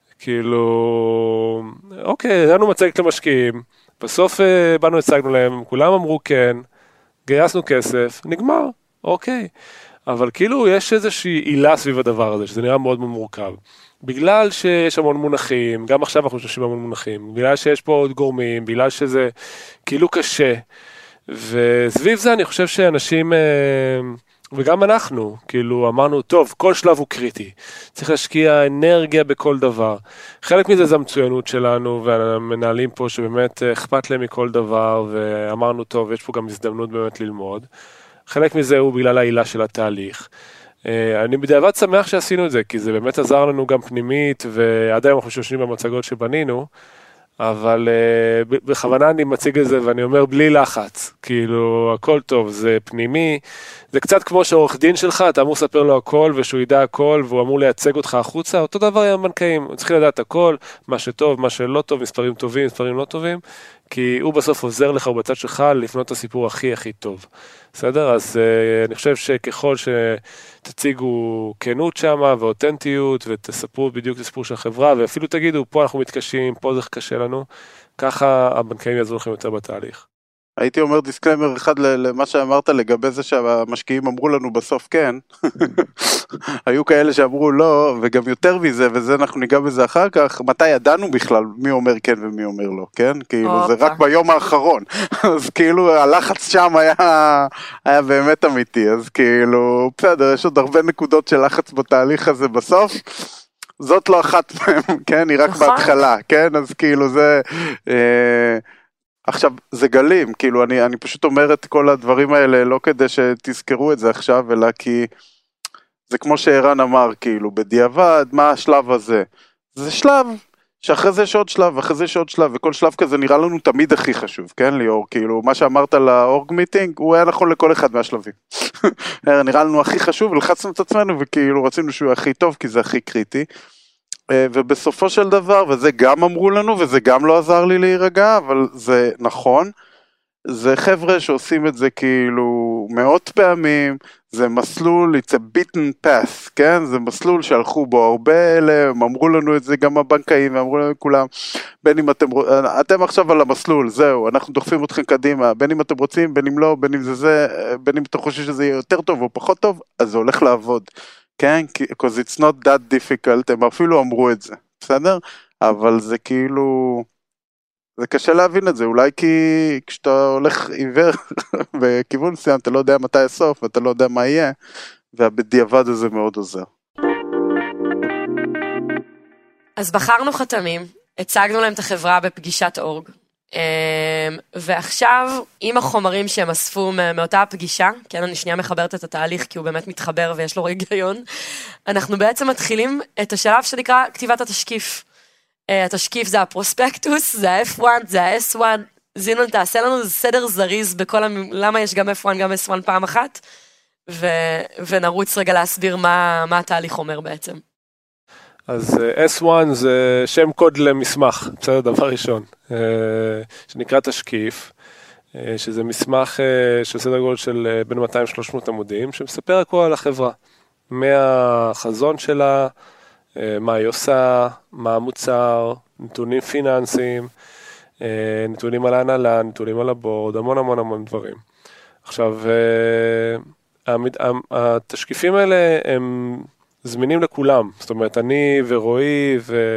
[SPEAKER 2] כאילו, אוקיי, היינו מצגת למשקיעים, בסוף באנו הצגנו להם, כולם אמרו כן, גייסנו כסף, נגמר, אוקיי. אבל כאילו יש איזושהי עילה סביב הדבר הזה, שזה נראה מאוד מורכב. בגלל שיש המון מונחים, גם עכשיו אנחנו משתמשים בהמון מונחים, בגלל שיש פה עוד גורמים, בגלל שזה כאילו קשה, וסביב זה אני חושב שאנשים, וגם אנחנו, כאילו אמרנו, טוב, כל שלב הוא קריטי, צריך להשקיע אנרגיה בכל דבר. חלק מזה זה המצוינות שלנו, והמנהלים פה שבאמת אכפת להם מכל דבר, ואמרנו, טוב, יש פה גם הזדמנות באמת ללמוד. חלק מזה הוא בגלל העילה של התהליך. אני בדיעבד שמח שעשינו את זה, כי זה באמת עזר לנו גם פנימית, ועד היום אנחנו שושנים במצגות שבנינו, אבל בכוונה אני מציג את זה ואני אומר בלי לחץ, כאילו הכל טוב, זה פנימי, זה קצת כמו שעורך דין שלך, אתה אמור לספר לו הכל ושהוא ידע הכל והוא אמור לייצג אותך החוצה, אותו דבר עם המנכאים, הוא צריך לדעת הכל, מה שטוב, מה שלא טוב, מספרים טובים, מספרים לא טובים, כי הוא בסוף עוזר לך בצד שלך לפנות את הסיפור הכי הכי טוב. בסדר? אז אני חושב שככל שתציגו כנות שמה ואותנטיות ותספרו בדיוק את הסיפור של החברה ואפילו תגידו פה אנחנו מתקשים, פה זה קשה לנו, ככה הבנקאים יעזרו לכם יותר בתהליך.
[SPEAKER 3] הייתי אומר דיסקליימר אחד למה שאמרת לגבי זה שהמשקיעים אמרו לנו בסוף כן, היו כאלה שאמרו לא, וגם יותר מזה, וזה אנחנו ניגע בזה אחר כך, מתי ידענו בכלל מי אומר כן ומי אומר לא, כן? כאילו זה רק ביום האחרון, אז כאילו הלחץ שם היה באמת אמיתי, אז כאילו בסדר, יש עוד הרבה נקודות של לחץ בתהליך הזה בסוף, זאת לא אחת מהם, כן? היא רק בהתחלה, כן? אז כאילו זה... עכשיו, זה גלים, כאילו, אני פשוט אומר את כל הדברים האלה, לא כדי שתזכרו את זה עכשיו, אלא כי זה כמו שערן אמר, כאילו, בדיעבד, מה השלב הזה? זה שלב, שאחרי זה יש עוד שלב, אחרי זה יש עוד שלב, וכל שלב כזה נראה לנו תמיד הכי חשוב, כן, ליאור? כאילו, מה שאמרת לאורג מיטינג, הוא היה נכון לכל אחד מהשלבים. נראה לנו הכי חשוב, ולחצנו את עצמנו, וכאילו, רצינו שהוא הכי טוב, כי זה הכי קריטי. ובסופו של דבר, וזה גם אמרו לנו, וזה גם לא עזר לי להירגע, אבל זה נכון, זה חבר'ה שעושים את זה כאילו מאות פעמים, זה מסלול, it's a beaten path, כן? זה מסלול שהלכו בו הרבה אלה, הם אמרו לנו את זה גם הבנקאים, ואמרו לנו כולם, בין אם אתם עכשיו על המסלול, זהו, אנחנו דוחפים אתכם קדימה, בין אם אתם רוצים, בין אם לא, בין אם זה, בין אם אתם חושבים שזה יהיה יותר טוב או פחות טוב, אז זה הולך לעבוד. כן, because it's not that difficult, הם אפילו אמרו את זה, בסדר? אבל זה כאילו, זה קשה להבין את זה, אולי כי כשאתה הולך עיוור בכיוון מסוים, אתה לא יודע מתי הסוף, ואתה לא יודע מה יהיה, והבדיעבד הזה מאוד עוזר.
[SPEAKER 1] אז בחרנו חתמים, הצגנו להם את החברה בפגישת אורג, ועכשיו עם החומרים שהם אספו מאותה הפגישה, כן, אני שנייה מחברת את התהליך כי הוא באמת מתחבר ויש לו היגיון, אנחנו בעצם מתחילים את השלב שנקרא כתיבת התשקיף. התשקיף זה הפרוספקטוס, זה ה-F1, זה ה-S1, זינון תעשה לנו סדר זריז בכל למה יש גם F1 גם S1 פעם אחת, ונרוץ רגע להסביר מה התהליך אומר בעצם.
[SPEAKER 2] אז S1 זה שם קוד למסמך, בסדר, דבר ראשון, שנקרא תשקיף, שזה מסמך של סדר גודל של בין 200-300 עמודים, שמספר הכל על החברה, מהחזון שלה, מה היא עושה, מה המוצר, נתונים פיננסיים, נתונים על ההנהלה, נתונים על הבורד, המון המון המון דברים. עכשיו, התשקיפים האלה הם זמינים לכולם, זאת אומרת, אני ורועי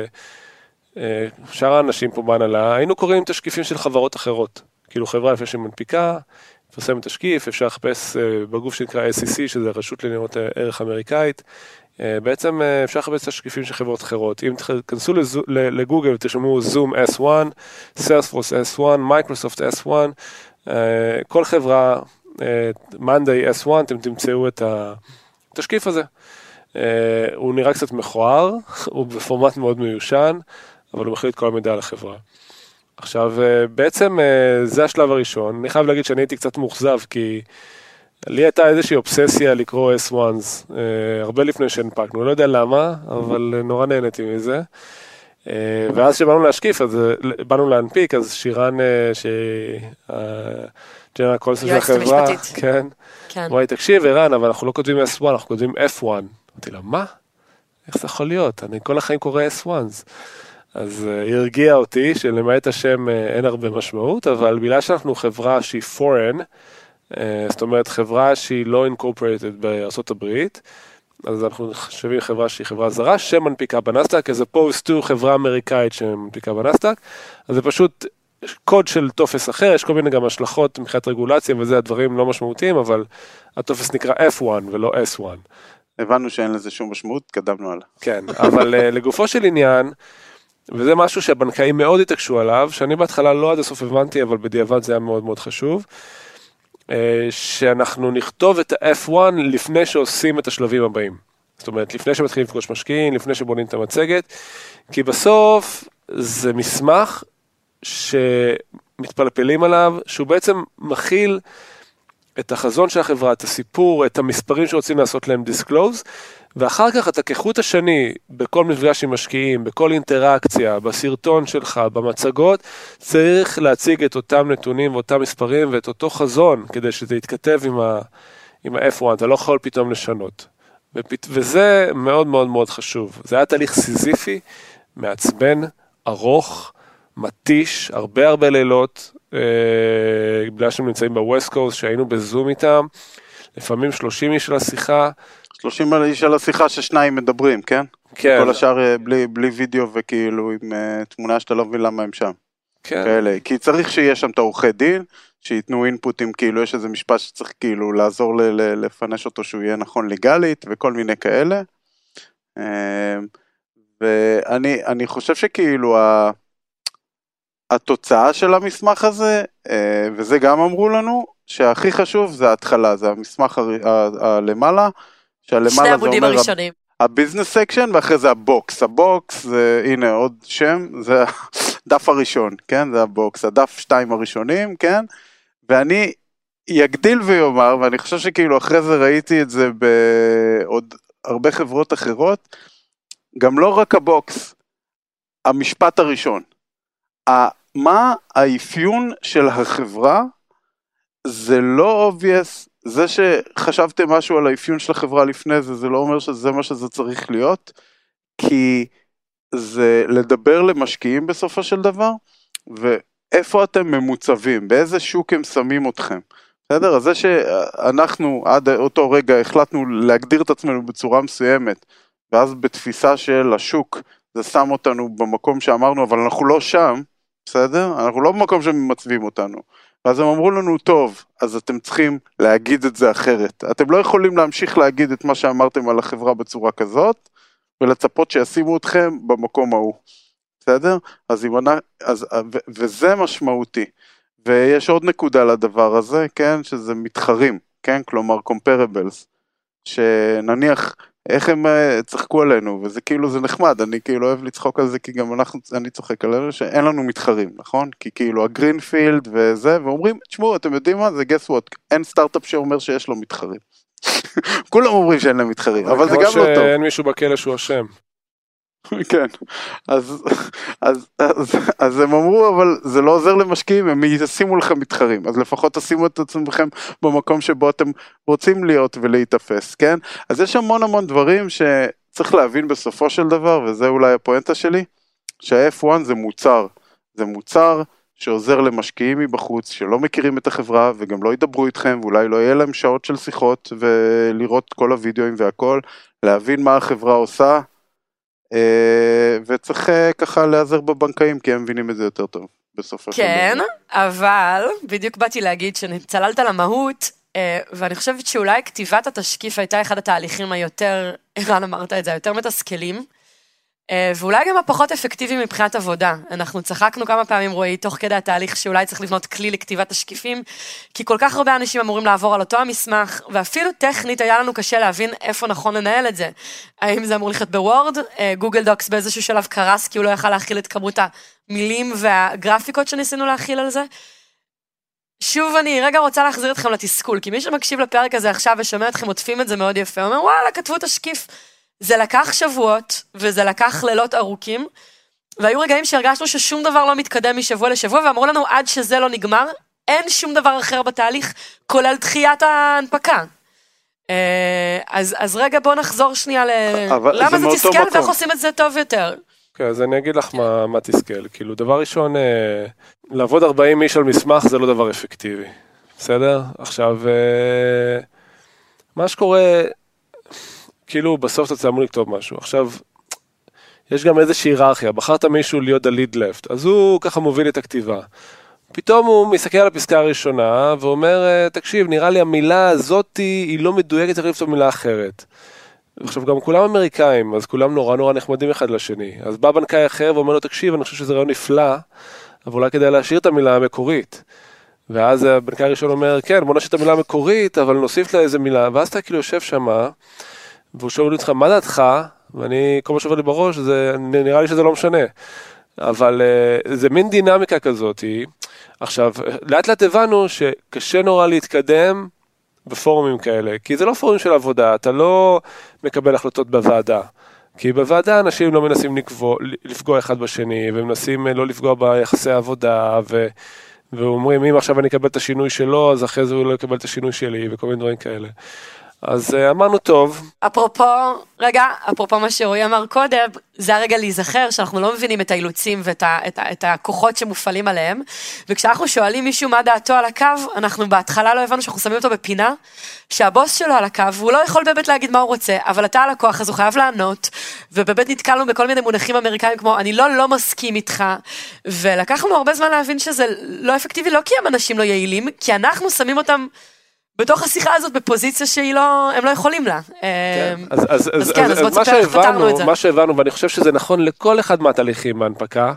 [SPEAKER 2] ושאר האנשים פה בהנהלה, היינו קוראים תשקיפים של חברות אחרות, כאילו חברה איפה שמנפיקה, פרסם תשקיף, אפשר לחפש בגוף שנקרא SEC, שזה רשות לניירות ערך אמריקאית, בעצם אפשר לחפש תשקיפים של חברות אחרות, אם תכנסו לגוגל ותרשמו Zoom S1, Salesforce S1, Microsoft S1, כל חברה, Monday S1, אתם תמצאו את התשקיף הזה. הוא נראה קצת מכוער, הוא בפורמט מאוד מיושן, אבל הוא מכיל את כל המידע על החברה. עכשיו, בעצם זה השלב הראשון. אני חייב להגיד שאני הייתי קצת מאוכזב, כי לי הייתה איזושהי אובססיה לקרוא S1s, הרבה לפני שהנפקנו, לא יודע למה, אבל נורא נהניתי מזה. ואז שבאנו להשקיף, אז באנו להנפיק, אז שירן, ג'נרל קולסון של החברה, כן, וואי, תקשיב, ערן, אבל אנחנו לא כותבים S1, אנחנו כותבים F1. אמרתי לה, מה? איך זה יכול להיות? אני כל החיים קורא S1s. אז היא הרגיעה אותי, שלמעט השם אין הרבה משמעות, אבל בגלל שאנחנו חברה שהיא foreign, זאת אומרת, חברה שהיא לא incorporated בארצות הברית, אז אנחנו חושבים חברה שהיא חברה זרה, שמנפיקה בנסדק, as opposed to חברה אמריקאית שמנפיקה בנסדק, אז זה פשוט קוד של טופס אחר, יש כל מיני גם השלכות מבחינת רגולציה, וזה הדברים לא משמעותיים, אבל הטופס נקרא F1 ולא S1.
[SPEAKER 3] הבנו שאין לזה שום משמעות, קדמנו עליו.
[SPEAKER 2] כן, אבל לגופו של עניין, וזה משהו שהבנקאים מאוד התעקשו עליו, שאני בהתחלה לא עד הסוף הבנתי, אבל בדיעבד זה היה מאוד מאוד חשוב, שאנחנו נכתוב את ה-F1 לפני שעושים את השלבים הבאים. זאת אומרת, לפני שמתחילים לפגוש משקיעים, לפני שבונים את המצגת, כי בסוף זה מסמך שמתפלפלים עליו, שהוא בעצם מכיל את החזון של החברה, את הסיפור, את המספרים שרוצים לעשות להם דיסקלוז, ואחר כך אתה כחוט השני, בכל מפגש עם משקיעים, בכל אינטראקציה, בסרטון שלך, במצגות, צריך להציג את אותם נתונים ואותם מספרים ואת אותו חזון, כדי שזה יתכתב עם ה-F1, אתה לא יכול פתאום לשנות. וזה מאוד מאוד מאוד חשוב. זה היה תהליך סיזיפי, מעצבן, ארוך, מתיש, הרבה לילות, בגלל שהם נמצאים בווסט קוסט, שהיינו בזום איתם, לפעמים 30 איש על השיחה,
[SPEAKER 3] 30 איש על השיחה ששניים מדברים, כן?
[SPEAKER 2] כן.
[SPEAKER 3] כל השאר בלי וידאו וכאילו עם תמונה שאתה לא מבין למה הם שם.
[SPEAKER 2] כן.
[SPEAKER 3] כאלה. כי צריך שיהיה שם את העורכי דין, שיתנו אינפוטים, כאילו יש איזה משפט שצריך כאילו לעזור לפנש אותו שהוא יהיה נכון לגלית, וכל מיני כאלה. ואני חושב שכאילו התוצאה של המסמך הזה, וזה גם אמרו לנו, שהכי חשוב זה ההתחלה, זה המסמך הלמעלה,
[SPEAKER 1] שני עמודים הראשונים.
[SPEAKER 3] הביזנס סקשן, ואחרי זה הבוקס. הבוקס זה, הנה עוד שם, זה הדף הראשון, כן? זה הבוקס, הדף 2 הראשונים, כן? ואני יגדיל ויאמר, ואני חושב שכאילו אחרי זה ראיתי את זה בעוד הרבה חברות אחרות, גם לא רק הבוקס, המשפט הראשון. מה האפיון של החברה, זה לא obvious, זה שחשבתם משהו על האפיון של החברה לפני זה, זה לא אומר שזה מה שזה צריך להיות, כי זה לדבר למשקיעים בסופו של דבר, ואיפה אתם ממוצבים, באיזה שוק הם שמים אתכם. בסדר? אז זה שאנחנו עד אותו רגע החלטנו להגדיר את עצמנו בצורה מסוימת, ואז בתפיסה של השוק, זה שם אותנו במקום שאמרנו, אבל אנחנו לא שם, בסדר? אנחנו לא במקום שממצבים אותנו. ואז הם אמרו לנו, טוב, אז אתם צריכים להגיד את זה אחרת. אתם לא יכולים להמשיך להגיד את מה שאמרתם על החברה בצורה כזאת, ולצפות שישימו אתכם במקום ההוא. בסדר? וזה משמעותי. ויש עוד נקודה לדבר הזה, כן? שזה מתחרים, כן? כלומר, comparables. שנניח, איך הם צחקו עלינו, וזה כאילו, זה נחמד, אני כאילו אוהב לצחוק על זה, כי גם אני צוחק עלינו, שאין לנו מתחרים, נכון? כי כאילו הגרינפילד וזה, ואומרים, תשמעו, אתם יודעים מה? זה guess what, אין סטארט-אפ שאומר שיש לו מתחרים. כולם אומרים שאין להם מתחרים, אבל זה גם לא טוב.
[SPEAKER 2] כמו שאין מישהו בכלא שהוא אשם.
[SPEAKER 3] כן, אז הם אמרו, אבל זה לא עוזר למשקיעים, הם ישימו לכם מתחרים, אז לפחות תשימו את עצמכם במקום שבו אתם רוצים להיות ולהתאפס, כן? אז יש המון דברים שצריך להבין בסופו של דבר, וזה אולי הפואנטה שלי, שה-F1 זה מוצר שעוזר למשקיעים מבחוץ, שלא מכירים את החברה, וגם לא ידברו איתכם, ואולי לא יהיה להם שעות של שיחות, ולראות כל הוידאוים והכל, להבין מה החברה עושה, וצריך ככה להיעזר בבנקאים, כי הם מבינים את זה יותר טוב, בסופו של דבר.
[SPEAKER 1] כן, אבל בדיוק באתי להגיד שצללת למהות, ואני חושבת שאולי כתיבת התשקיף הייתה אחד התהליכים היותר, ערן אמרת את זה, היותר מתסכלים, ואולי גם הפחות אפקטיביים מבחינת עבודה. אנחנו צחקנו כמה פעמים, רואי, תוך כדי התהליך שאולי צריך לבנות כלי לכתיבת השקיפים, כי כל כך הרבה אנשים אמורים לעבור על אותו המסמך, ואפילו טכנית היה לנו קשה להבין איפה נכון לנהל את זה. האם זה אמור לחיות בוורד? גוגל דוקס באיזשהו שלב קרס, כי הוא לא יכל להכיל את כמות המילים והגרפיקות שניסינו להכיל על זה. שוב, אני רגע רוצה להחזיר אתכם לתסכול, כי מי שמקשיב לפרק הזה עכשיו ושומע אתכם עוטפים את זה מאוד יפה, אומר, וואלה, כתבו תשקיף. זה לקח שבועות, וזה לקח לילות ארוכים, והיו רגעים שהרגשנו ששום דבר לא מתקדם משבוע לשבוע, ואמרו לנו עד שזה לא נגמר, אין שום דבר אחר בתהליך, כולל דחיית ההנפקה. אז רגע בוא נחזור שנייה למה זה תסכל ואיך עושים את זה טוב יותר.
[SPEAKER 2] כן, אז אני אגיד לך מה תסכל. כאילו, דבר ראשון, לעבוד 40 איש על מסמך זה לא דבר אפקטיבי. בסדר? עכשיו, מה שקורה, כאילו, בסוף אתה אמור לכתוב משהו. עכשיו, יש גם איזושהי היררכיה. בחרת מישהו להיות ה-lead left, אז הוא ככה מוביל את הכתיבה. פתאום הוא מסתכל על הפסקה הראשונה, ואומר, תקשיב, נראה לי המילה הזאת היא לא מדויקת, צריך לכתוב מילה אחרת. עכשיו, גם כולם אמריקאים, אז כולם נורא נחמדים אחד לשני. אז בא בנקאי אחר ואומר לו, תקשיב, אני חושב שזה רעיון נפלא, אבל אולי כדאי להשאיר את המילה המקורית. ואז הבנקאי הראשון אומר, כן, בוא נשאיר את המילה המקורית, אבל נוסיף לה איזה מילה. ואז אתה כאילו יושב שמה, והוא שואל אותך, מה דעתך? ואני, כל מה שעובר לי בראש, נראה לי שזה לא משנה. אבל זה מין דינמיקה כזאת. עכשיו, לאט לאט הבנו שקשה נורא להתקדם בפורומים כאלה, כי זה לא פורומים של עבודה, אתה לא מקבל החלטות בוועדה, כי בוועדה אנשים לא מנסים לפגוע אחד בשני, ומנסים לא לפגוע ביחסי העבודה, ואומרים, אם עכשיו אני אקבל את השינוי שלו, אז אחרי זה הוא לא יקבל את השינוי שלי, וכל מיני דברים כאלה. אז אמרנו טוב.
[SPEAKER 1] אפרופו מה שרועי אמר קודם, זה הרגע להיזכר שאנחנו לא מבינים את האילוצים ואת הכוחות שמופעלים עליהם, וכשאנחנו שואלים מישהו מה דעתו על הקו, אנחנו בהתחלה לא הבנו שאנחנו שמים אותו בפינה, שהבוס שלו על הקו, הוא לא יכול באמת להגיד מה הוא רוצה, אבל אתה הלקוח, אז הוא חייב לענות, ובאמת נתקלנו בכל מיני מונחים אמריקאים כמו, אני לא מסכים איתך, ולקחנו הרבה זמן להבין שזה לא אפקטיבי, לא כי הם אנשים לא יעילים, כי אנחנו שמים אותם בתוך השיחה הזאת בפוזיציה שהם לא יכולים לה.
[SPEAKER 2] אז
[SPEAKER 1] בוא תספר איך פתרנו את זה.
[SPEAKER 2] מה שהבנו, ואני חושב שזה נכון לכל אחד מהתהליכים בהנפקה,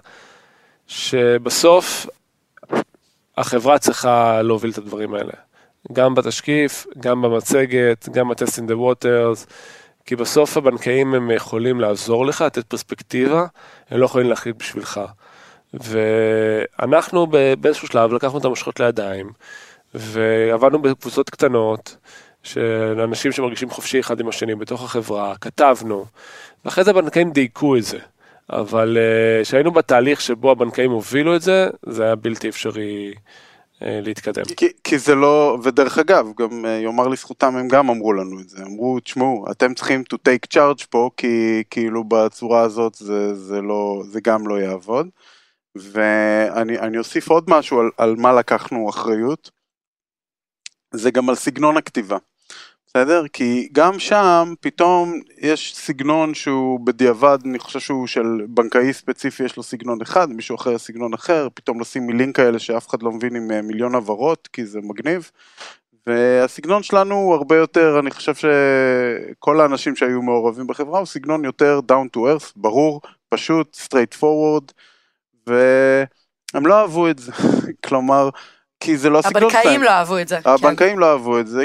[SPEAKER 2] שבסוף החברה צריכה להוביל את הדברים האלה. גם בתשקיף, גם במצגת, גם ב-Test in the Waters, כי בסוף הבנקאים הם יכולים לעזור לך, לתת פרספקטיבה, הם לא יכולים להחליט בשבילך. ואנחנו באיזשהו שלב לקחנו את המושכות לידיים, ועבדנו בקבוצות קטנות, של אנשים שמרגישים חופשי אחד עם השני בתוך החברה, כתבנו, ואחרי זה הבנקאים דייקו את זה. אבל שהיינו בתהליך שבו הבנקאים הובילו את זה, זה היה בלתי אפשרי להתקדם.
[SPEAKER 3] כי זה לא, ודרך אגב, גם יאמר לזכותם, הם גם אמרו לנו את זה. אמרו, תשמעו, אתם צריכים to take charge פה, כי כאילו בצורה הזאת זה גם לא יעבוד. ואני אוסיף עוד משהו על מה לקחנו אחריות. זה גם על סגנון הכתיבה. בסדר? כי גם שם פתאום יש סגנון שהוא בדיעבד, אני חושב שהוא של בנקאי ספציפי, יש לו סגנון אחד, מישהו אחר סגנון אחר, פתאום לשים מילים כאלה שאף אחד לא מבין עם מיליון עברות, כי זה מגניב. והסגנון שלנו הוא הרבה יותר, אני חושב שכל האנשים שהיו מעורבים בחברה, הוא סגנון יותר down to earth, ברור, פשוט, straight forward, והם לא אהבו את זה. כלומר, כי זה לא הסגנון שלהם.
[SPEAKER 1] הבנקאים לא אהבו את זה.
[SPEAKER 3] הבנקאים לא אהבו את זה,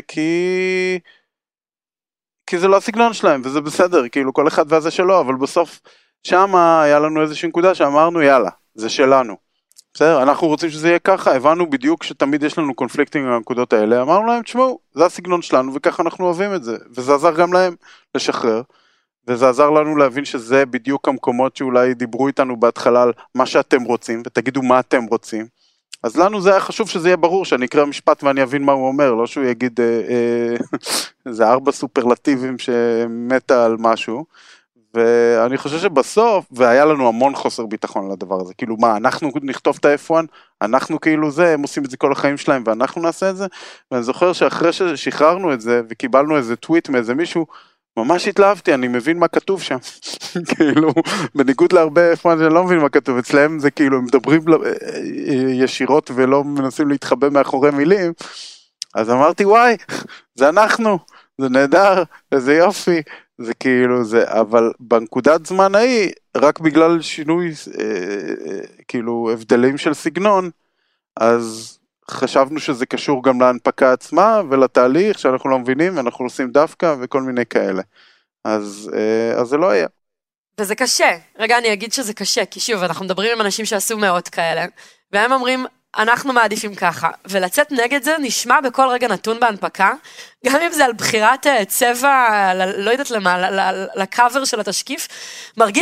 [SPEAKER 3] כי זה לא הסגנון שלהם, וזה בסדר, כאילו כל אחד והזה שלו, אבל בסוף שם היה לנו איזושהי נקודה שאמרנו, יאללה, זה שלנו. בסדר, אנחנו רוצים שזה יהיה ככה, הבנו בדיוק שתמיד יש לנו קונפליקטים עם הנקודות האלה, אמרנו להם, תשמעו, זה הסגנון שלנו, וככה אנחנו אוהבים את זה, וזה עזר גם להם לשחרר, וזה עזר לנו להבין שזה בדיוק המקומות שאולי דיברו איתנו בהתחלה על מה שאתם רוצים, ותגידו מה אתם רוצים, אז לנו זה היה חשוב שזה יהיה ברור, שאני אקרא משפט ואני אבין מה הוא אומר, לא שהוא יגיד, זה 4 סופרלטיבים שמתה על משהו, ואני חושב שבסוף, והיה לנו המון חוסר ביטחון על הדבר הזה, כאילו מה, אנחנו נכתוב את ה-F1, אנחנו כאילו זה, הם עושים את זה כל החיים שלהם, ואנחנו נעשה את זה, ואני זוכר שאחרי ששחררנו את זה, וקיבלנו איזה טוויט מאיזה מישהו, ממש התלהבתי, אני מבין מה כתוב שם, כאילו, בניגוד להרבה F1 שאני לא מבין מה כתוב, אצלם זה כאילו, הם מדברים ישירות ולא מנסים להתחבא מאחורי מילים, אז אמרתי, וואי, זה אנחנו, זה נהדר, זה יופי, זה כאילו זה, אבל בנקודת זמן ההיא, רק בגלל שינוי, כאילו, הבדלים של סגנון, אז חשבנו שזה קשור גם להנפקה עצמה, ולתהליך שאנחנו לא מבינים, ואנחנו עושים דווקא, וכל מיני כאלה. אז זה לא היה.
[SPEAKER 1] וזה קשה. רגע, אני אגיד שזה קשה, כי שוב, אנחנו מדברים עם אנשים שעשו מאות כאלה, והם אומרים, אנחנו מעדיפים ככה, ולצאת נגד זה נשמע בכל רגע נתון בהנפקה, גם אם זה על בחירת צבע, לא יודעת למה, לקאבר של התשקיף, מרגיש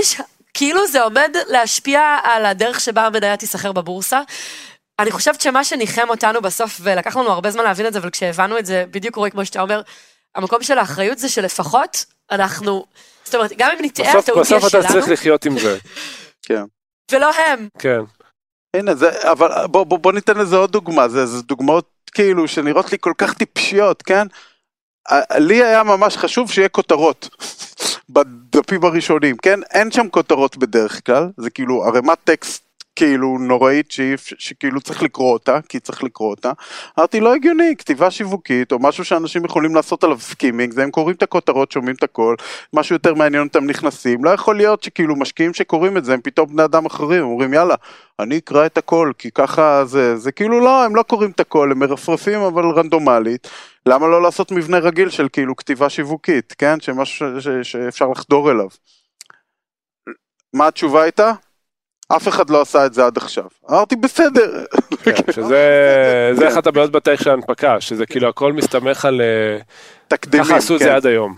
[SPEAKER 1] כאילו זה עומד להשפיע על הדרך שבה המניה תיסחר בבורסה. אני חושבת שמה שניחם אותנו בסוף, ולקח לנו הרבה זמן להבין את זה, אבל כשהבנו את זה, בדיוק קורה כמו שאתה אומר, המקום של האחריות זה שלפחות אנחנו, זאת אומרת, גם אם נטעה, הטעות תהיה שלנו.
[SPEAKER 2] בסוף אתה צריך לחיות עם זה.
[SPEAKER 3] כן.
[SPEAKER 1] ולא הם.
[SPEAKER 2] כן.
[SPEAKER 3] הנה, אבל בוא ניתן לזה עוד דוגמה, זה דוגמאות כאילו שנראות לי כל כך טיפשיות, כן? לי היה ממש חשוב שיהיה כותרות בדפים הראשונים, כן? אין שם כותרות בדרך כלל, זה כאילו ערימת טקסט כאילו נוראית שכאילו צריך לקרוא אותה, כי צריך לקרוא אותה. אמרתי, לא הגיוני, כתיבה שיווקית, או משהו שאנשים יכולים לעשות עליו סקימינג, זה הם קוראים את הכותרות, שומעים את הכל, משהו יותר מעניין אותם נכנסים, לא יכול להיות שכאילו משקיעים שקוראים את זה, הם פתאום בני אדם אחרים, אומרים יאללה, אני אקרא את הכל, כי ככה זה כאילו לא, הם לא קוראים את הכל, הם מרפרפים אבל רנדומלית, למה לא לעשות מבנה רגיל של כאילו כתיבה שיווקית, כן? שמשהו שאפשר לחדור אליו. מה התשובה הייתה? אף אחד לא עשה את זה עד עכשיו. אמרתי, בסדר.
[SPEAKER 2] כן, שזה אחת הבעיות בתהליך של ההנפקה, שזה כאילו הכל מסתמך על... תקדימים. ככה עשו את זה עד היום.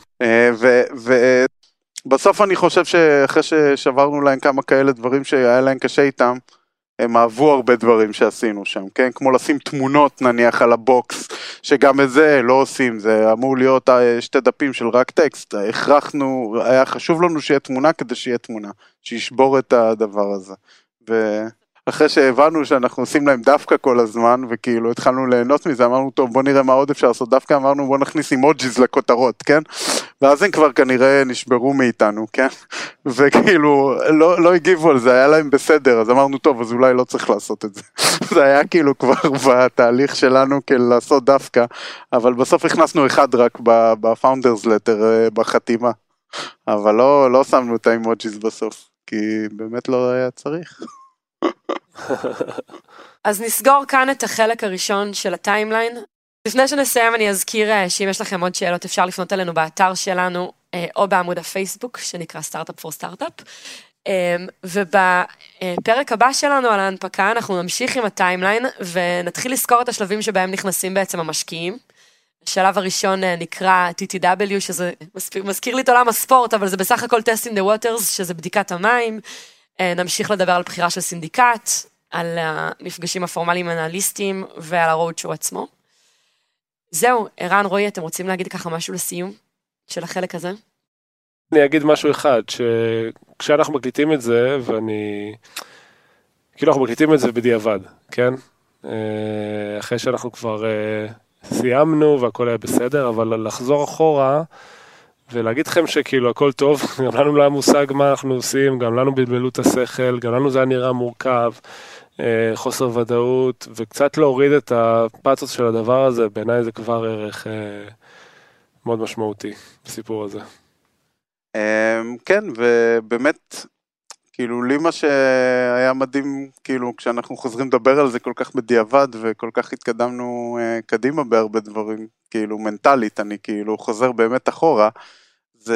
[SPEAKER 3] ובסוף אני חושב שאחרי ששברנו להם כמה כאלה דברים שהיה להם קשה איתם, הם אהבו הרבה דברים שעשינו שם, כן? כמו לשים תמונות נניח על הבוקס, שגם את זה לא עושים, זה אמור להיות שתי דפים של רק טקסט, הכרחנו, היה חשוב לנו שיהיה תמונה כדי שיהיה תמונה, שישבור את הדבר הזה. ואחרי שהבנו שאנחנו עושים להם דווקא כל הזמן, וכאילו התחלנו ליהנות מזה, אמרנו טוב בוא נראה מה עוד אפשר לעשות, דווקא אמרנו בוא נכניס אימוג'יז לכותרות, כן? ואז הם כבר כנראה נשברו מאיתנו, כן? וכאילו לא הגיבו על זה, היה להם בסדר, אז אמרנו טוב, אז אולי לא צריך לעשות את זה. זה היה כאילו כבר בתהליך שלנו לעשות דווקא, אבל בסוף הכנסנו אחד רק בפאונדרס לטר בחתימה, אבל לא שמנו את האימוג'יז בסוף, כי באמת לא היה צריך.
[SPEAKER 1] אז נסגור כאן את החלק הראשון של הטיימליין. לפני שנסיים אני אזכיר שאם יש לכם עוד שאלות אפשר לפנות אלינו באתר שלנו או בעמוד הפייסבוק שנקרא סטארט-אפ פור סטארט-אפ. ובפרק הבא שלנו על ההנפקה אנחנו נמשיך עם הטיימליין ונתחיל לזכור את השלבים שבהם נכנסים בעצם המשקיעים. השלב הראשון נקרא TTW שזה מזכיר לי את עולם הספורט אבל זה בסך הכל Test in the Waters שזה בדיקת המים. נמשיך לדבר על בחירה של סינדיקט, על המפגשים הפורמליים עם אנליסטים ועל הרודשו עצמו. זהו, ערן, רועי, אתם רוצים להגיד ככה משהו לסיום של החלק הזה?
[SPEAKER 2] אני אגיד משהו אחד, כשאנחנו מקליטים את זה, כאילו אנחנו מקליטים את זה בדיעבד, כן? אחרי שאנחנו כבר סיימנו והכל היה בסדר, אבל לחזור אחורה, ולהגיד לכם שכאילו הכל טוב, גם לנו לא היה מושג מה אנחנו עושים, גם לנו בלבלו את השכל, גם לנו זה היה נראה מורכב, חוסר ודאות, וקצת להוריד את הפאצוס של הדבר הזה, בעיניי זה כבר ערך מאוד משמעותי בסיפור הזה.
[SPEAKER 3] כן, ובאמת, כאילו לי מה שהיה מדהים, כאילו כשאנחנו חוזרים לדבר על זה כל כך בדיעבד, וכל כך התקדמנו קדימה בהרבה דברים, כאילו מנטלית, אני כאילו חוזר באמת אחורה, זה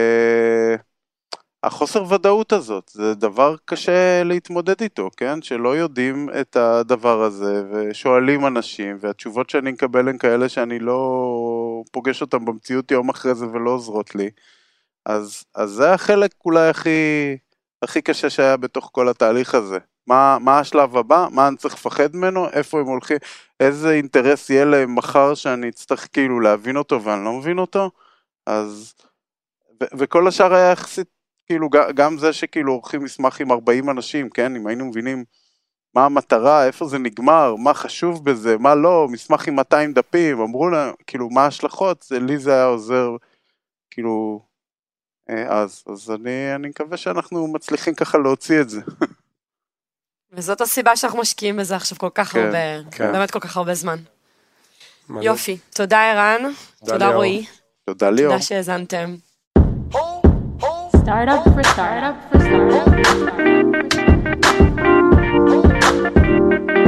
[SPEAKER 3] שהחוסר ודאות הזאת, זה דבר קשה להתמודד איתו, כן? שלא יודעים את הדבר הזה, ושואלים אנשים, והתשובות שאני מקבל הן כאלה שאני לא פוגש אותם במציאות יום אחרי זה ולא עוזרות לי. אז זה החלק אולי הכי קשה שהיה בתוך כל התהליך הזה. מה השלב הבא? מה אני צריך לפחד ממנו? איפה הם הולכים? איזה אינטרס יהיה להם מחר שאני אצטרך כאילו להבין אותו ואני לא מבין אותו? אז, וכל השאר היה יחסית, כאילו גם זה שכאילו עורכים מסמך עם 40 אנשים, כן? אם היינו מבינים מה המטרה, איפה זה נגמר, מה חשוב בזה, מה לא, מסמך עם 200 דפים, אמרו להם, כאילו מה ההשלכות? לי זה היה עוזר, כאילו, אז אני מקווה שאנחנו מצליחים ככה להוציא את זה.
[SPEAKER 1] וזאת הסיבה שאנחנו משקיעים בזה עכשיו כל כך הרבה, באמת כל כך הרבה זמן. יופי, תודה ערן, תודה רועי.
[SPEAKER 3] תודה ליאור.
[SPEAKER 1] תודה שהאזנתם.
[SPEAKER 4] Startup for startup for startup.